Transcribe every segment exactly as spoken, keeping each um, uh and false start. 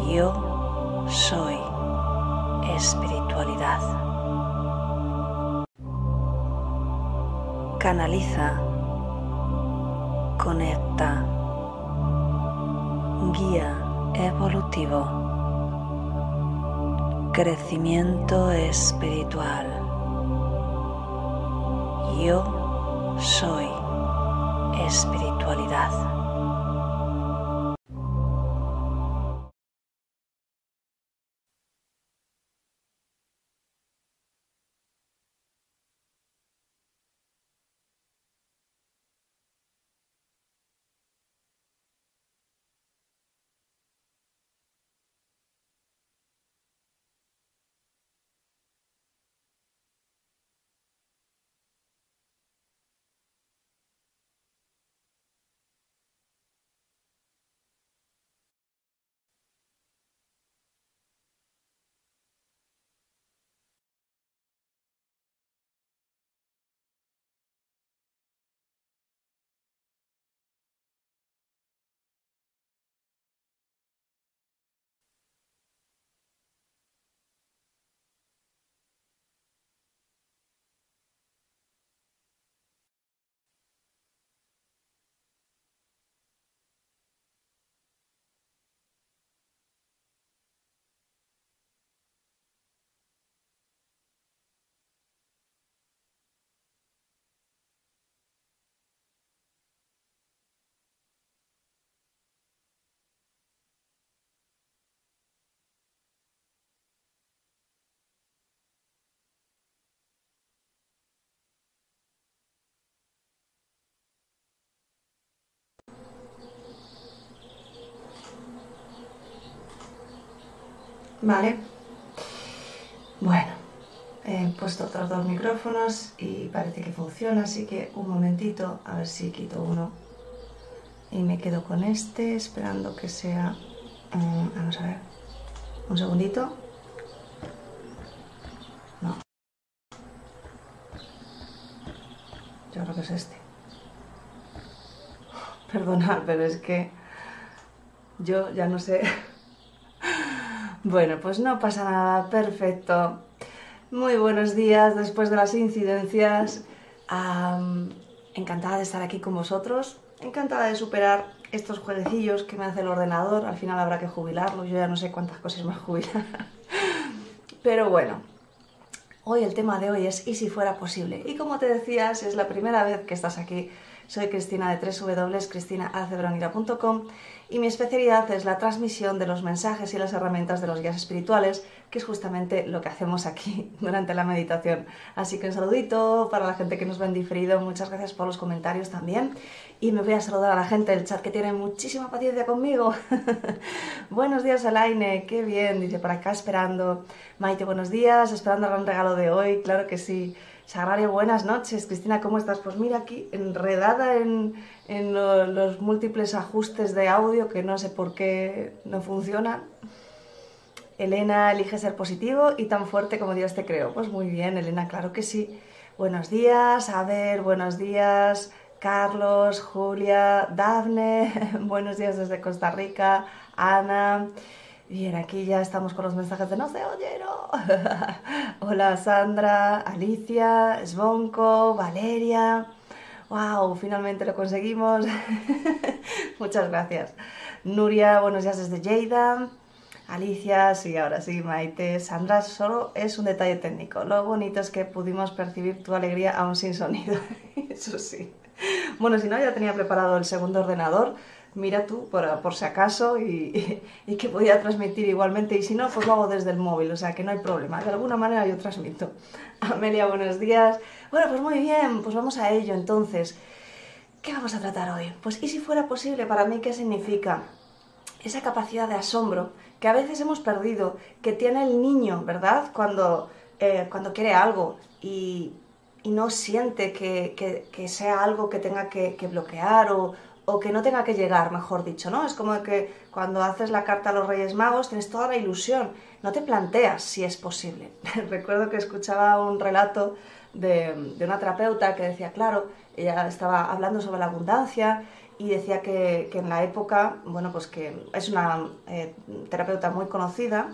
Yo soy espiritualidad. Canaliza, conecta, guía evolutivo, crecimiento espiritual. Yo soy espiritualidad. Vale, bueno, he puesto otros dos micrófonos y parece que funciona, así que un momentito, a ver si quito uno y me quedo con este, esperando que sea, um, vamos a ver, un segundito, no, yo creo que es este, perdonad, pero es que yo ya no sé. Bueno, pues no pasa nada, perfecto. Muy buenos días después de las incidencias. Um, encantada de estar aquí con vosotros, encantada de superar estos jueguecillos que me hace el ordenador. Al final habrá que jubilarlo, yo ya no sé cuántas cosas más jubilar. Pero bueno, hoy el tema de hoy es ¿y si fuera posible? Y como te decía, si es la primera vez que estás aquí, soy Cristina de w w w punto cristina acebronira punto com y mi especialidad es la transmisión de los mensajes y las herramientas de los guías espirituales, que es justamente lo que hacemos aquí durante la meditación. Así que un saludito para la gente que nos ve en diferido, muchas gracias por los comentarios también. Y me voy a saludar a la gente del chat que tiene muchísima paciencia conmigo. Buenos días, Alaine, qué bien, dice por acá esperando. Maite, buenos días, esperando el gran regalo de hoy, claro que sí. Sagrario, buenas noches. Cristina, ¿cómo estás? Pues mira aquí, enredada en, en lo, los múltiples ajustes de audio que no sé por qué no funcionan. Elena elige ser positivo y tan fuerte como Dios te creó. Pues muy bien, Elena, claro que sí. Buenos días, a ver, buenos días, Carlos, Julia, Dafne, buenos días desde Costa Rica, Ana. Bien, aquí ya estamos con los mensajes de no se oye, no. Hola Sandra, Alicia, Svonko, Valeria. Wow, finalmente lo conseguimos. Muchas gracias. Nuria, buenos días desde Lleida. Alicia, sí, ahora sí, Maite. Sandra, solo es un detalle técnico. Lo bonito es que pudimos percibir tu alegría aún sin sonido. Eso sí. Bueno, si no, ya tenía preparado el segundo ordenador. Mira tú, por, por si acaso, y, y, y que podía transmitir igualmente. Y si no, pues lo hago desde el móvil, o sea que no hay problema. De alguna manera yo transmito. Amelia, buenos días. Bueno, pues muy bien, pues vamos a ello entonces. ¿Qué vamos a tratar hoy? Pues, ¿y si fuera posible? Para mí, ¿qué significa? Esa capacidad de asombro que a veces hemos perdido, que tiene el niño, ¿verdad? Cuando, eh, cuando quiere algo y, y no siente que, que, que sea algo que tenga que, que bloquear o, o que no tenga que llegar, mejor dicho, ¿no? Es como que cuando haces la carta a los Reyes Magos tienes toda la ilusión, no te planteas si es posible. Recuerdo que escuchaba un relato de, de una terapeuta que decía, claro, ella estaba hablando sobre la abundancia y decía que, que en la época, bueno, pues que es una eh, terapeuta muy conocida,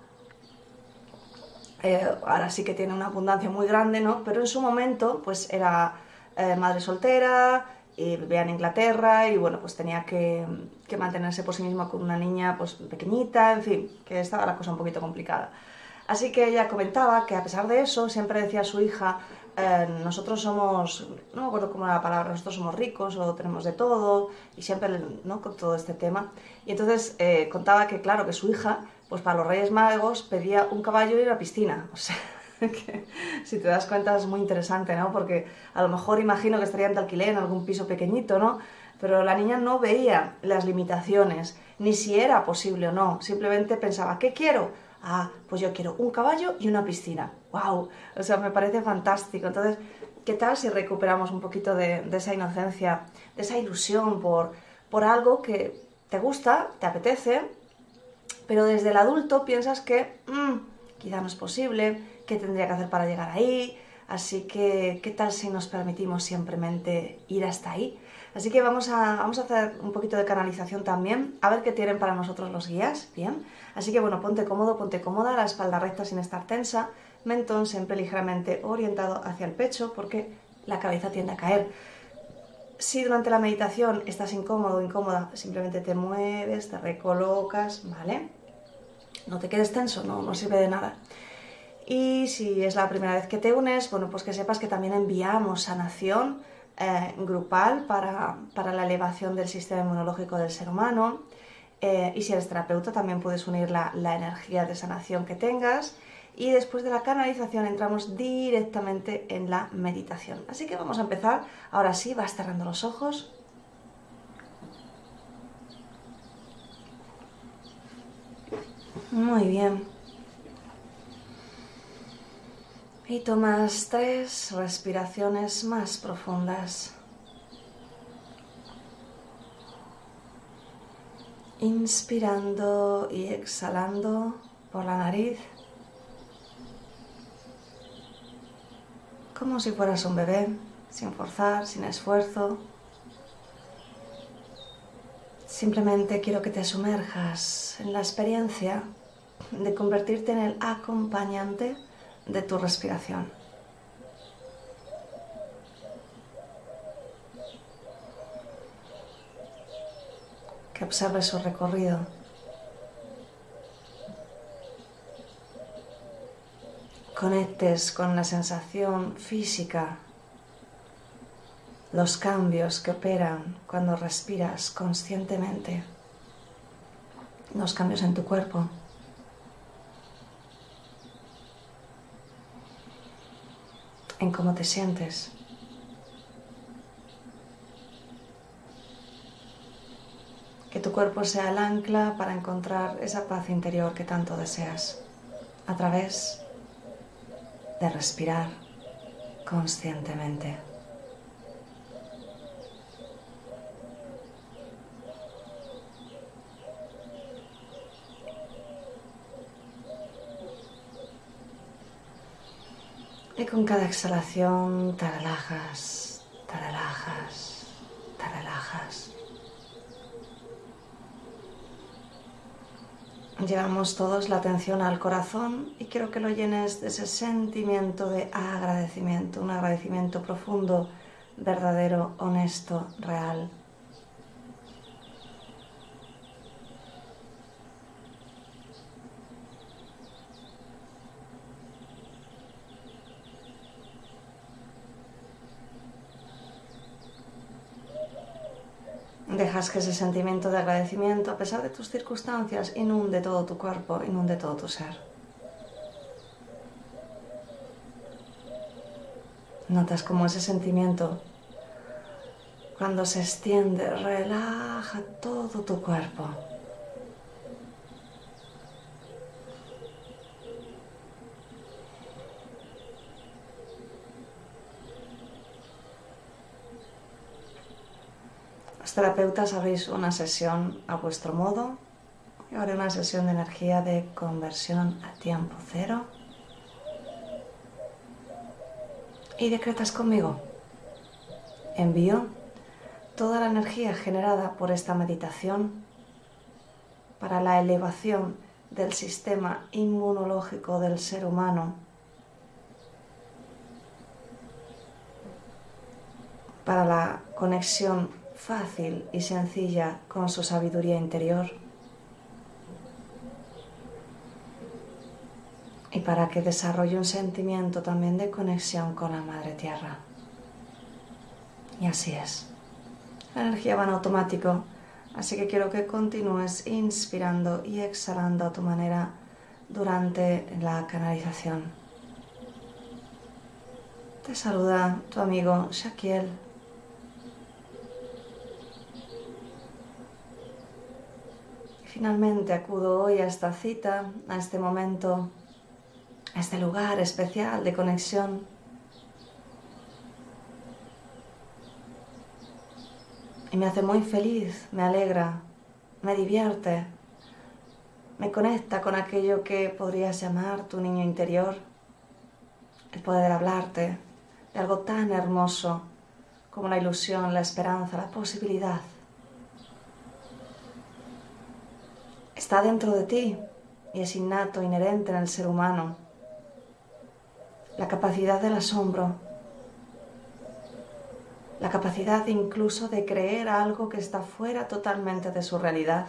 eh, ahora sí que tiene una abundancia muy grande, ¿no? Pero en su momento, pues era eh, madre soltera, y vivía en Inglaterra y bueno, pues tenía que, que mantenerse por sí misma con una niña pues pequeñita, en fin, que estaba la cosa un poquito complicada. Así que ella comentaba que a pesar de eso, siempre decía a su hija, eh, nosotros somos, no me acuerdo cómo era la palabra, nosotros somos ricos o tenemos de todo, y siempre, ¿no?, con todo este tema. Y entonces eh, contaba que, claro, que su hija, pues para los Reyes Magos pedía un caballo y una piscina, o sea, que si te das cuenta es muy interesante, ¿no? Porque a lo mejor imagino que estarían de alquiler en algún piso pequeñito, ¿no? Pero la niña no veía las limitaciones, ni si era posible o no, simplemente pensaba, ¿qué quiero? Ah, pues yo quiero un caballo y una piscina. ¡Wow! O sea, me parece fantástico. Entonces, ¿qué tal si recuperamos un poquito de, de esa inocencia, de esa ilusión por, por algo que te gusta, te apetece, pero desde el adulto piensas que mmm, quizá no es posible, qué tendría que hacer para llegar ahí? Así que, ¿qué tal si nos permitimos simplemente ir hasta ahí? Así que vamos a, vamos a hacer un poquito de canalización también, a ver qué tienen para nosotros los guías, ¿bien? Así que bueno, ponte cómodo, ponte cómoda, la espalda recta sin estar tensa, mentón siempre ligeramente orientado hacia el pecho porque la cabeza tiende a caer. Si durante la meditación estás incómodo o incómoda, simplemente te mueves, te recolocas, ¿vale? No te quedes tenso, no, no sirve de nada. Y si es la primera vez que te unes, bueno, pues que sepas que también enviamos sanación eh, grupal para, para la elevación del sistema inmunológico del ser humano. Eh, y si eres terapeuta, también puedes unir la, la energía de sanación que tengas. Y después de la canalización entramos directamente en la meditación. Así que vamos a empezar. Ahora sí, vas cerrando los ojos. Muy bien. Y tomas tres respiraciones más profundas. Inspirando y exhalando por la nariz, como si fueras un bebé, sin forzar, sin esfuerzo. Simplemente quiero que te sumerjas en la experiencia de convertirte en el acompañante de tu respiración. Que observes su recorrido. Conectes con la sensación física, los cambios que operan cuando respiras conscientemente, los cambios en tu cuerpo. En cómo te sientes. Que tu cuerpo sea el ancla para encontrar esa paz interior que tanto deseas, a través de respirar conscientemente. Y con cada exhalación te relajas, te relajas, te relajas. Llevamos todos la atención al corazón y quiero que lo llenes de ese sentimiento de agradecimiento, un agradecimiento profundo, verdadero, honesto, real. Dejas que ese sentimiento de agradecimiento, a pesar de tus circunstancias, inunde todo tu cuerpo, inunde todo tu ser. Notas cómo ese sentimiento, cuando se extiende, relaja todo tu cuerpo. Los terapeutas habréis una sesión a vuestro modo. Yo haré una sesión de energía de conversión a tiempo cero. Y decretas conmigo. Envío toda la energía generada por esta meditación para la elevación del sistema inmunológico del ser humano, para la conexión fácil y sencilla con su sabiduría interior y para que desarrolle un sentimiento también de conexión con la Madre Tierra. Y así es. La energía va en automático, así que quiero que continúes inspirando y exhalando a tu manera durante la canalización. Te saluda tu amigo Shaquiel. Y finalmente acudo hoy a esta cita, a este momento, a este lugar especial de conexión. Y me hace muy feliz, me alegra, me divierte, me conecta con aquello que podrías llamar tu niño interior, el poder hablarte de algo tan hermoso como la ilusión, la esperanza, la posibilidad. Está dentro de ti y es innato, inherente en el ser humano. La capacidad del asombro, la capacidad incluso de creer algo que está fuera totalmente de su realidad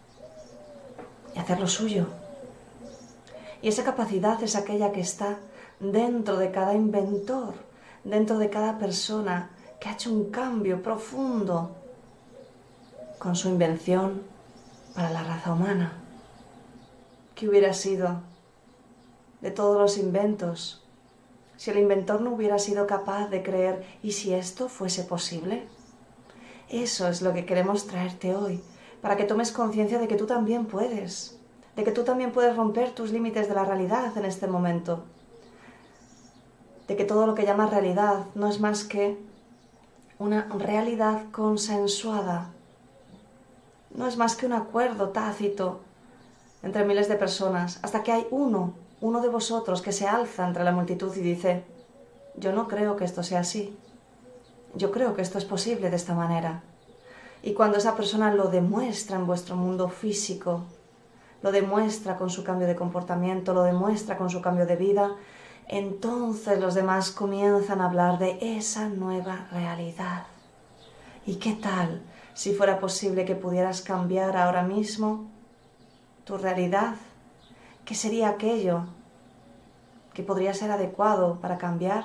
y hacerlo suyo. Y esa capacidad es aquella que está dentro de cada inventor, dentro de cada persona que ha hecho un cambio profundo con su invención para la raza humana. ¿Qué hubiera sido de todos los inventos si el inventor no hubiera sido capaz de creer y si esto fuese posible? Eso es lo que queremos traerte hoy, para que tomes conciencia de que tú también puedes, de que tú también puedes romper tus límites de la realidad en este momento, de que todo lo que llamas realidad no es más que una realidad consensuada, no es más que un acuerdo tácito entre miles de personas, hasta que hay uno uno de vosotros que se alza entre la multitud y dice: yo no creo que esto sea así, yo creo que esto es posible de esta manera. Y cuando esa persona lo demuestra en vuestro mundo físico, lo demuestra con su cambio de comportamiento, lo demuestra con su cambio de vida, entonces los demás comienzan a hablar de esa nueva realidad. ¿Y qué tal si fuera posible que pudieras cambiar ahora mismo tu realidad? ¿Qué sería aquello que podría ser adecuado para cambiar?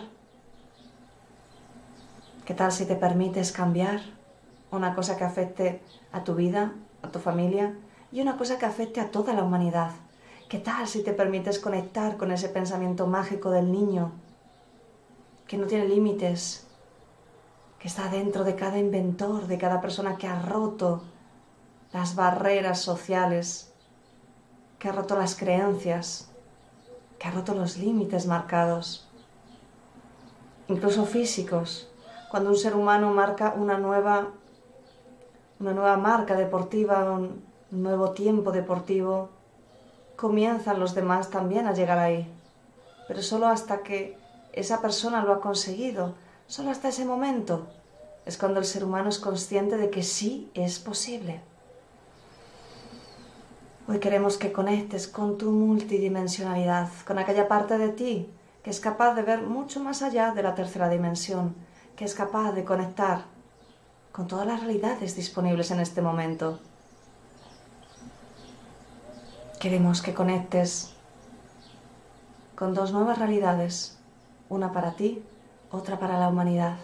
¿Qué tal si te permites cambiar una cosa que afecte a tu vida, a tu familia y una cosa que afecte a toda la humanidad? ¿Qué tal si te permites conectar con ese pensamiento mágico del niño que no tiene límites, que está dentro de cada inventor, de cada persona que ha roto las barreras sociales, que ha roto las creencias, que ha roto los límites marcados, incluso físicos? Cuando un ser humano marca una nueva, una nueva marca deportiva, un nuevo tiempo deportivo, comienzan los demás también a llegar ahí, pero solo hasta que esa persona lo ha conseguido, solo hasta ese momento es cuando el ser humano es consciente de que sí es posible. Hoy queremos que conectes con tu multidimensionalidad, con aquella parte de ti que es capaz de ver mucho más allá de la tercera dimensión, que es capaz de conectar con todas las realidades disponibles en este momento. Queremos que conectes con dos nuevas realidades, una para ti, otra para la humanidad.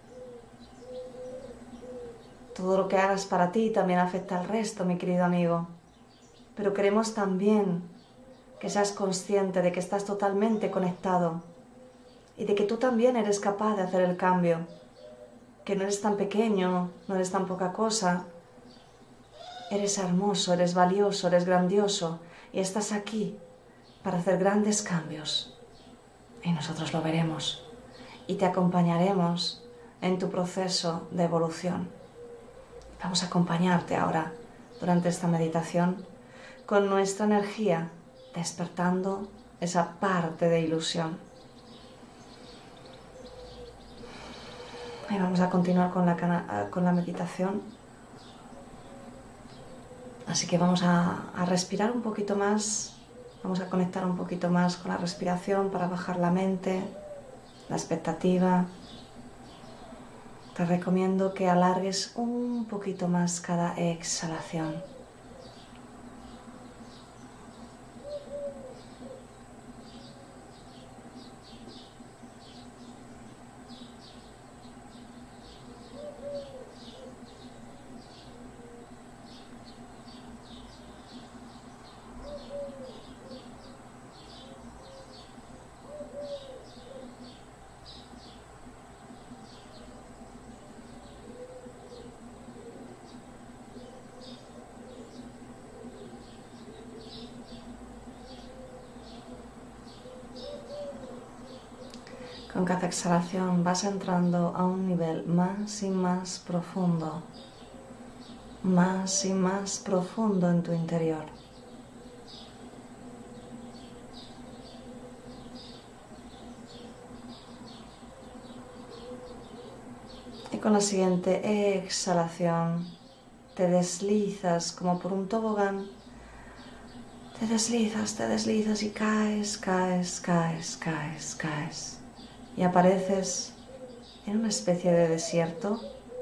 Todo lo que hagas para ti también afecta al resto, mi querido amigo. Pero queremos también que seas consciente de que estás totalmente conectado y de que tú también eres capaz de hacer el cambio, que no eres tan pequeño, no eres tan poca cosa. Eres hermoso, eres valioso, eres grandioso y estás aquí para hacer grandes cambios. Y nosotros lo veremos y te acompañaremos en tu proceso de evolución. Vamos a acompañarte ahora durante esta meditación con nuestra energía, despertando esa parte de ilusión. Y vamos a continuar con la, cana- con la meditación. Así que vamos a, a respirar un poquito más, vamos a conectar un poquito más con la respiración para bajar la mente, la expectativa. Te recomiendo que alargues un poquito más cada exhalación. Con cada exhalación vas entrando a un nivel más y más profundo, más y más profundo en tu interior. Y con la siguiente exhalación te deslizas como por un tobogán. Te deslizas, te deslizas y caes, caes, caes, caes, caes. Y apareces en una especie de desierto,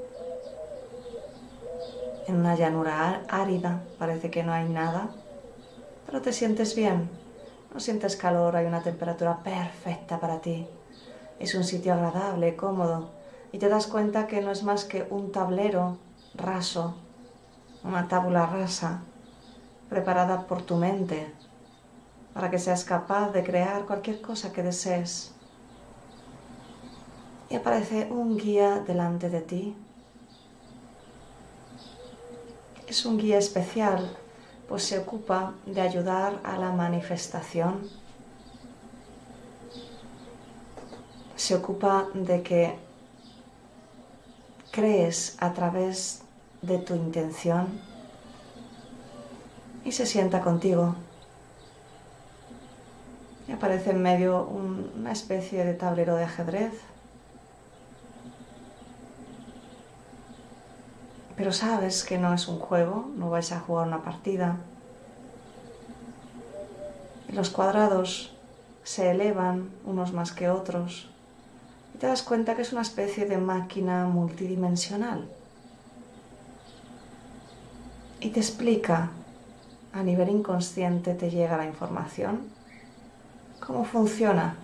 en una llanura árida, parece que no hay nada, pero te sientes bien, no sientes calor, hay una temperatura perfecta para ti. Es un sitio agradable, cómodo, y te das cuenta que no es más que un tablero raso, una tabula rasa, preparada por tu mente, para que seas capaz de crear cualquier cosa que desees. Y aparece un guía delante de ti. Es un guía especial, pues se ocupa de ayudar a la manifestación. Se ocupa de que crees a través de tu intención y se sienta contigo. Y aparece en medio un, una especie de tablero de ajedrez. Pero sabes que no es un juego, no vais a jugar una partida. Y los cuadrados se elevan unos más que otros. Y te das cuenta que es una especie de máquina multidimensional. Y te explica, a nivel inconsciente te llega la información, cómo funciona.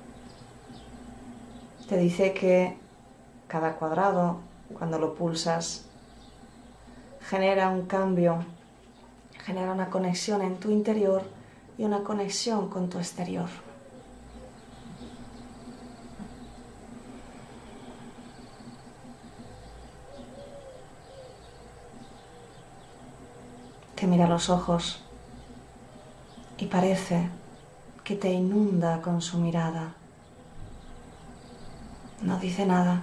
Te dice que cada cuadrado, cuando lo pulsas, genera un cambio, genera una conexión en tu interior y una conexión con tu exterior. Te mira a los ojos y parece que te inunda con su mirada. No dice nada.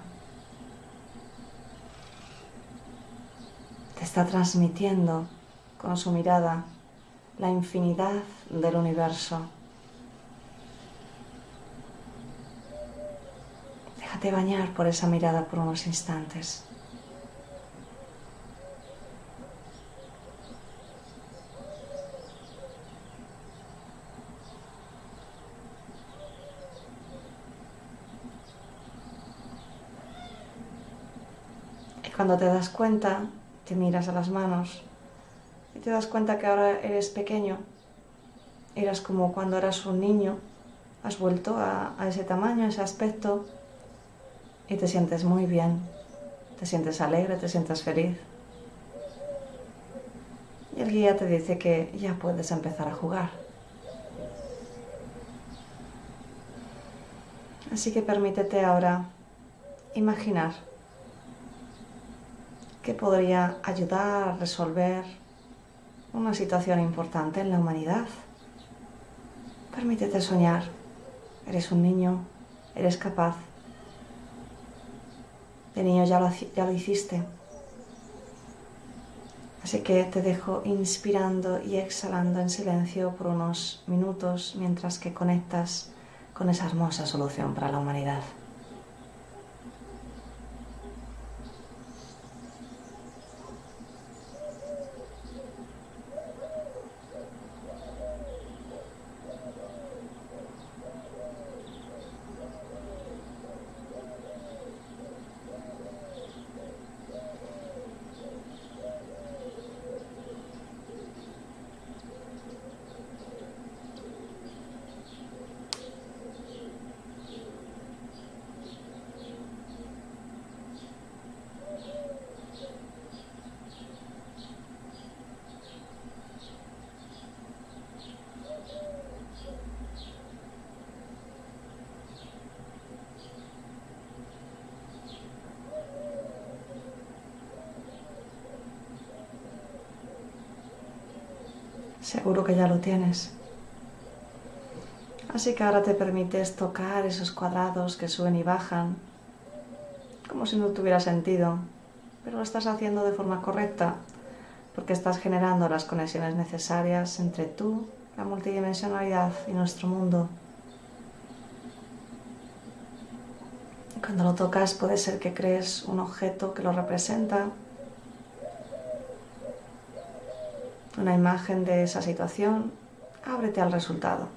Te está transmitiendo con su mirada la infinidad del universo. Déjate bañar por esa mirada por unos instantes. Y cuando te das cuenta, te miras a las manos y te das cuenta que ahora eres pequeño. Eras como cuando eras un niño. Has vuelto a, a ese tamaño, a ese aspecto y te sientes muy bien. Te sientes alegre, te sientes feliz. Y el guía te dice que ya puedes empezar a jugar. Así que permítete ahora imaginar que podría ayudar a resolver una situación importante en la humanidad. Permítete soñar. Eres un niño, eres capaz. De niño ya lo, ya lo hiciste. Así que te dejo inspirando y exhalando en silencio por unos minutos mientras que conectas con esa hermosa solución para la humanidad. Seguro que ya lo tienes. Así que ahora te permites tocar esos cuadrados que suben y bajan, como si no tuviera sentido, pero lo estás haciendo de forma correcta, porque estás generando las conexiones necesarias entre tú, la multidimensionalidad y nuestro mundo. Cuando lo tocas puede ser que crees un objeto que lo representa, una imagen de esa situación. Ábrete al resultado.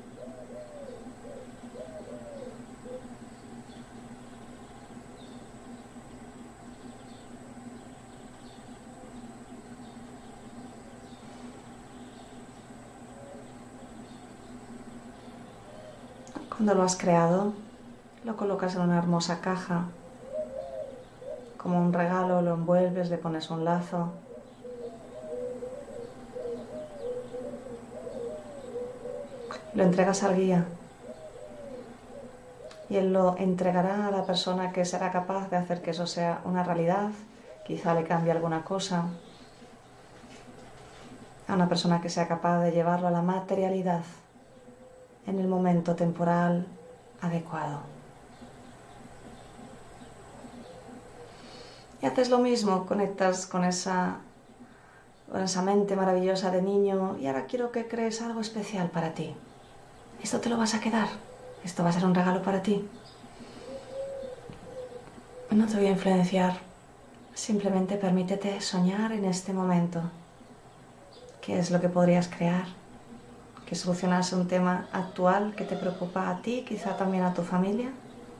Cuando lo has creado, lo colocas en una hermosa caja. Como un regalo lo envuelves, le pones un lazo. Lo entregas al guía. Y él lo entregará a la persona que será capaz de hacer que eso sea una realidad. Quizá le cambie alguna cosa. A una persona que sea capaz de llevarlo a la materialidad en el momento temporal adecuado. Y haces lo mismo, conectas con esa, con esa mente maravillosa de niño y ahora quiero que crees algo especial para ti. Esto te lo vas a quedar, esto va a ser un regalo para ti. No te voy a influenciar, simplemente permítete soñar en este momento. ¿Qué es lo que podrías crear? Que solucionase un tema actual que te preocupa a ti, quizá también a tu familia.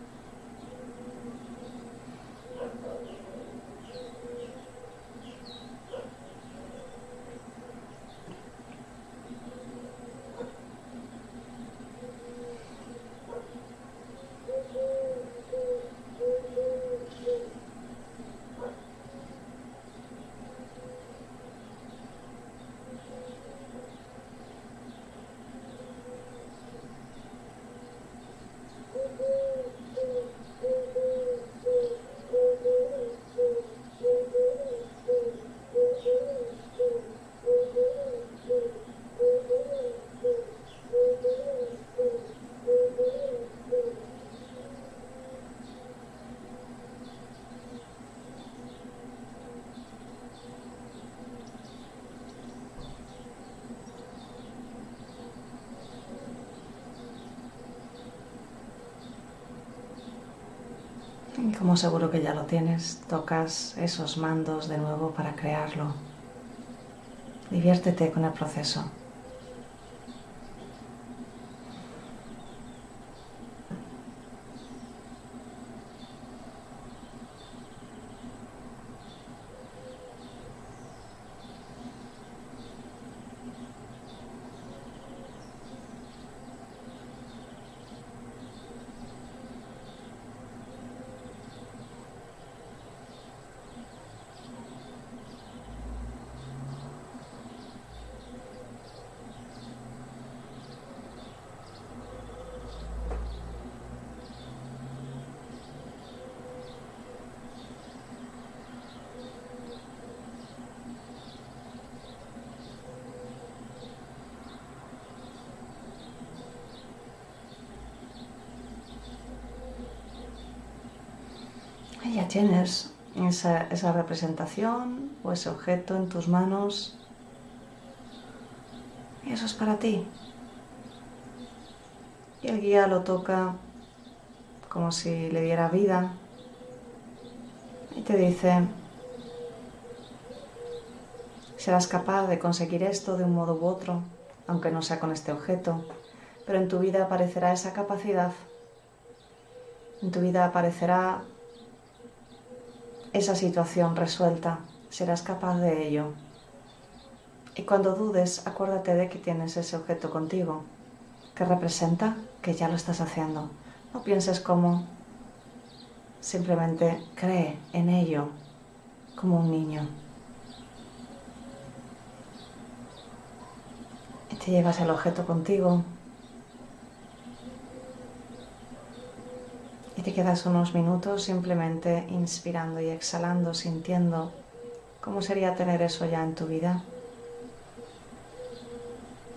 Y como seguro que ya lo tienes, tocas esos mandos de nuevo para crearlo. Diviértete con el proceso. Y ya tienes esa, esa representación o ese objeto en tus manos. Y eso es para ti. Y el guía lo toca como si le diera vida. Y te dice, serás capaz de conseguir esto de un modo u otro, aunque no sea con este objeto. Pero en tu vida aparecerá esa capacidad. En tu vida aparecerá esa situación resuelta, serás capaz de ello. Y cuando dudes, acuérdate de que tienes ese objeto contigo, que representa que ya lo estás haciendo. No pienses cómo, simplemente cree en ello como un niño. Y te llevas el objeto contigo. Y te quedas unos minutos simplemente inspirando y exhalando, sintiendo cómo sería tener eso ya en tu vida.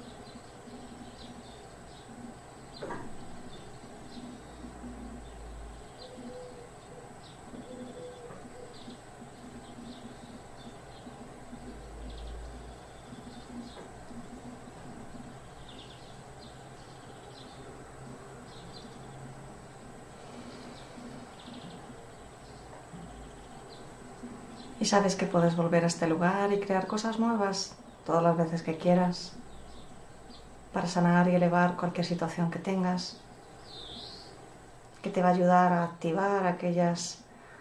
Y sabes que puedes volver a este lugar y crear cosas nuevas todas las veces que quieras para sanar y elevar cualquier situación que tengas, que te va a ayudar a activar aquellas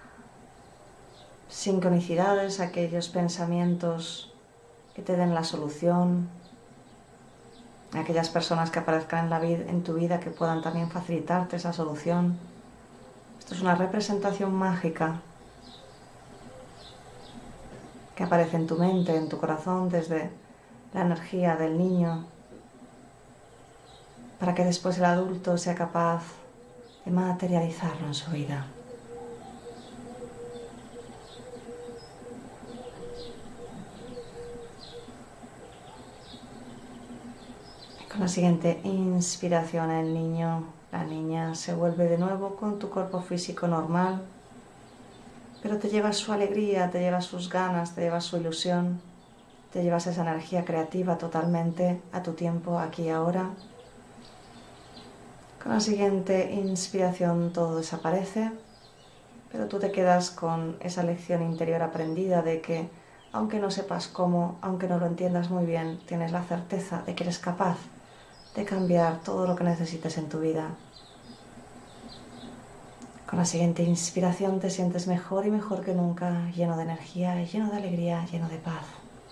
sincronicidades, aquellos pensamientos que te den la solución, aquellas personas que aparezcan en, la vida, en tu vida que puedan también facilitarte esa solución. Esto es una representación mágica que aparece en tu mente, en tu corazón, desde la energía del niño, para que después el adulto sea capaz de materializarlo en su vida. Con la siguiente inspiración, el niño, la niña se vuelve de nuevo con tu cuerpo físico normal, pero te llevas su alegría, te llevas sus ganas, te llevas su ilusión, te llevas esa energía creativa totalmente a tu tiempo, aquí y ahora. Con la siguiente inspiración todo desaparece, pero tú te quedas con esa lección interior aprendida de que, aunque no sepas cómo, aunque no lo entiendas muy bien, tienes la certeza de que eres capaz de cambiar todo lo que necesites en tu vida. Con la siguiente inspiración te sientes mejor y mejor que nunca, lleno de energía, lleno de alegría, lleno de paz.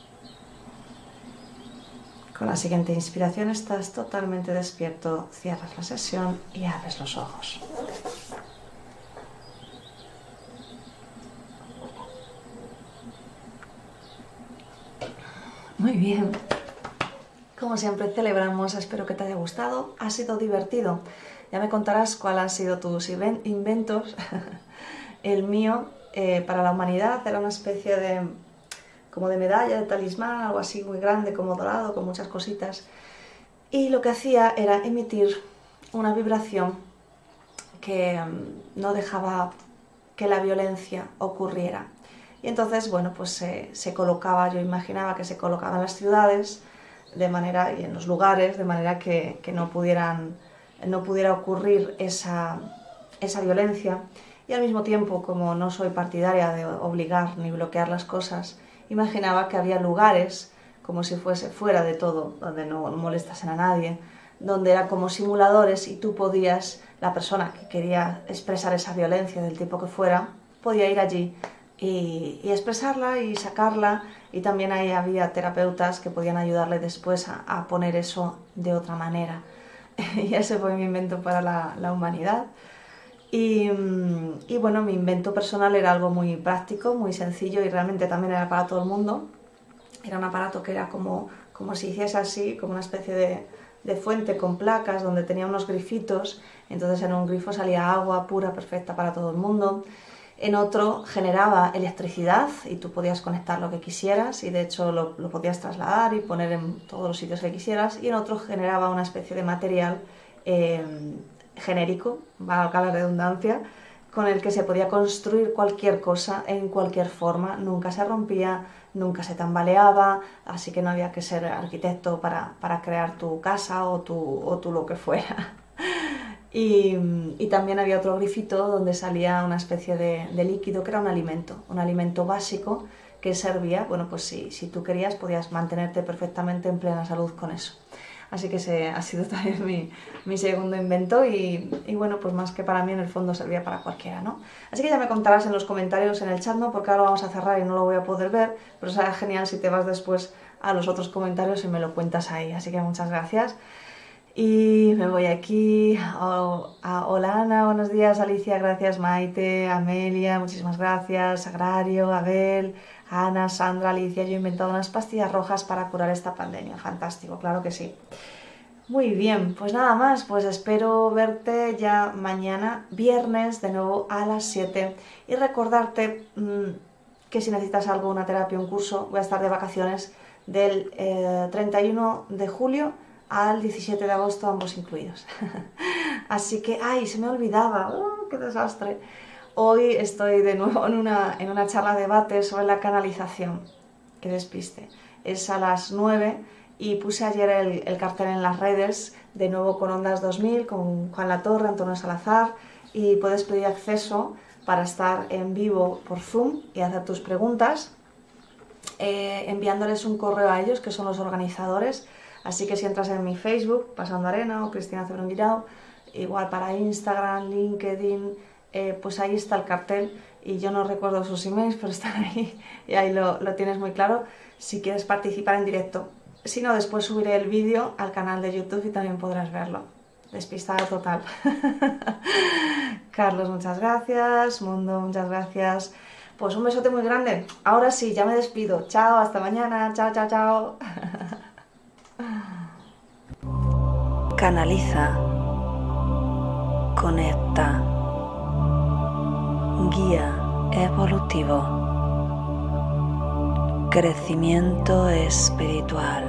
Con la siguiente inspiración estás totalmente despierto, cierras la sesión y abres los ojos. Muy bien. Como siempre celebramos, espero que te haya gustado, ha sido divertido. Ya me contarás cuál han sido tus inventos. El mío, eh, para la humanidad, era una especie de, como de medalla, de talismán, algo así muy grande, como dorado, con muchas cositas. Y lo que hacía era emitir una vibración que um, no dejaba que la violencia ocurriera. Y entonces, bueno, pues se, se colocaba, yo imaginaba que se colocaba en las ciudades, de manera, y en los lugares, de manera que, que no, pudieran, no pudiera ocurrir esa, esa violencia. Y al mismo tiempo, como no soy partidaria de obligar ni bloquear las cosas, imaginaba que había lugares, como si fuese fuera de todo, donde no molestasen a nadie, donde eran como simuladores y tú podías, la persona que quería expresar esa violencia del tipo que fuera, podía ir allí y, y expresarla y sacarla. Y también ahí había terapeutas que podían ayudarle después a, a poner eso de otra manera. Y ese fue mi invento para la, la humanidad. Y, y bueno, mi invento personal era algo muy práctico, muy sencillo y realmente también era para todo el mundo. Era un aparato que era como, como si hiciese así, como una especie de, de fuente con placas donde tenía unos grifitos. Entonces en un grifo salía agua pura, perfecta para todo el mundo. En otro generaba electricidad y tú podías conectar lo que quisieras y de hecho lo, lo podías trasladar y poner en todos los sitios que quisieras. Y en otro generaba una especie de material eh, genérico, valga la redundancia, con el que se podía construir cualquier cosa en cualquier forma. Nunca se rompía, nunca se tambaleaba, así que no había que ser arquitecto para, para crear tu casa o tu, o tu lo que fuera. Y, y también había otro grifito donde salía una especie de, de líquido que era un alimento, un alimento básico que servía, bueno, pues si, si tú querías podías mantenerte perfectamente en plena salud con eso. Así que ese ha sido también mi, mi segundo invento y, y bueno, pues más que para mí en el fondo servía para cualquiera, ¿no? Así que ya me contarás en los comentarios, en el chat, ¿no? Porque ahora lo vamos a cerrar y no lo voy a poder ver, pero será genial si te vas después a los otros comentarios y me lo cuentas ahí. Así que muchas gracias. Y me voy aquí a, a hola Ana, buenos días, Alicia, gracias, Maite, Amelia, muchísimas gracias, Agrario, Abel, Ana, Sandra, Alicia. Yo he inventado unas pastillas rojas para curar esta pandemia. Fantástico, claro que sí. Muy bien, pues nada más, pues espero verte ya mañana, viernes, de nuevo a las siete. Y recordarte mmm, que si necesitas algo, una terapia, un curso, voy a estar de vacaciones del eh, treinta y uno de julio al diecisiete de agosto, ambos incluidos. Así que, ay, se me olvidaba, ¡oh, qué desastre! Hoy estoy de nuevo en una, en una charla de debate sobre la canalización. Qué despiste. Es a las nueve y puse ayer el, el cartel en las redes, de nuevo con Ondas dos mil, con Juan Latorre, Antonio Salazar, y puedes pedir acceso para estar en vivo por Zoom y hacer tus preguntas, eh, enviándoles un correo a ellos, que son los organizadores. Así que si entras en mi Facebook, Pasando Arena o Cristina Cebrón-Guirao, igual para Instagram, LinkedIn, eh, pues ahí está el cartel y yo no recuerdo sus emails, pero están ahí y ahí lo, lo tienes muy claro si quieres participar en directo. Si no, después subiré el vídeo al canal de YouTube y también podrás verlo. Despistada total. Carlos, muchas gracias. Mundo, muchas gracias. Pues un besote muy grande. Ahora sí, ya me despido. Chao, hasta mañana. Chao, chao, chao. Canaliza, conecta, guía evolutivo, crecimiento espiritual.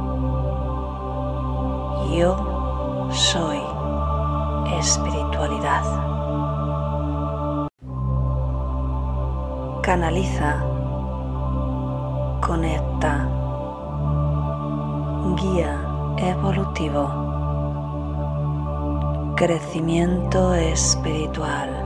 Yo soy espiritualidad. Canaliza, conecta, guía evolutivo, crecimiento espiritual.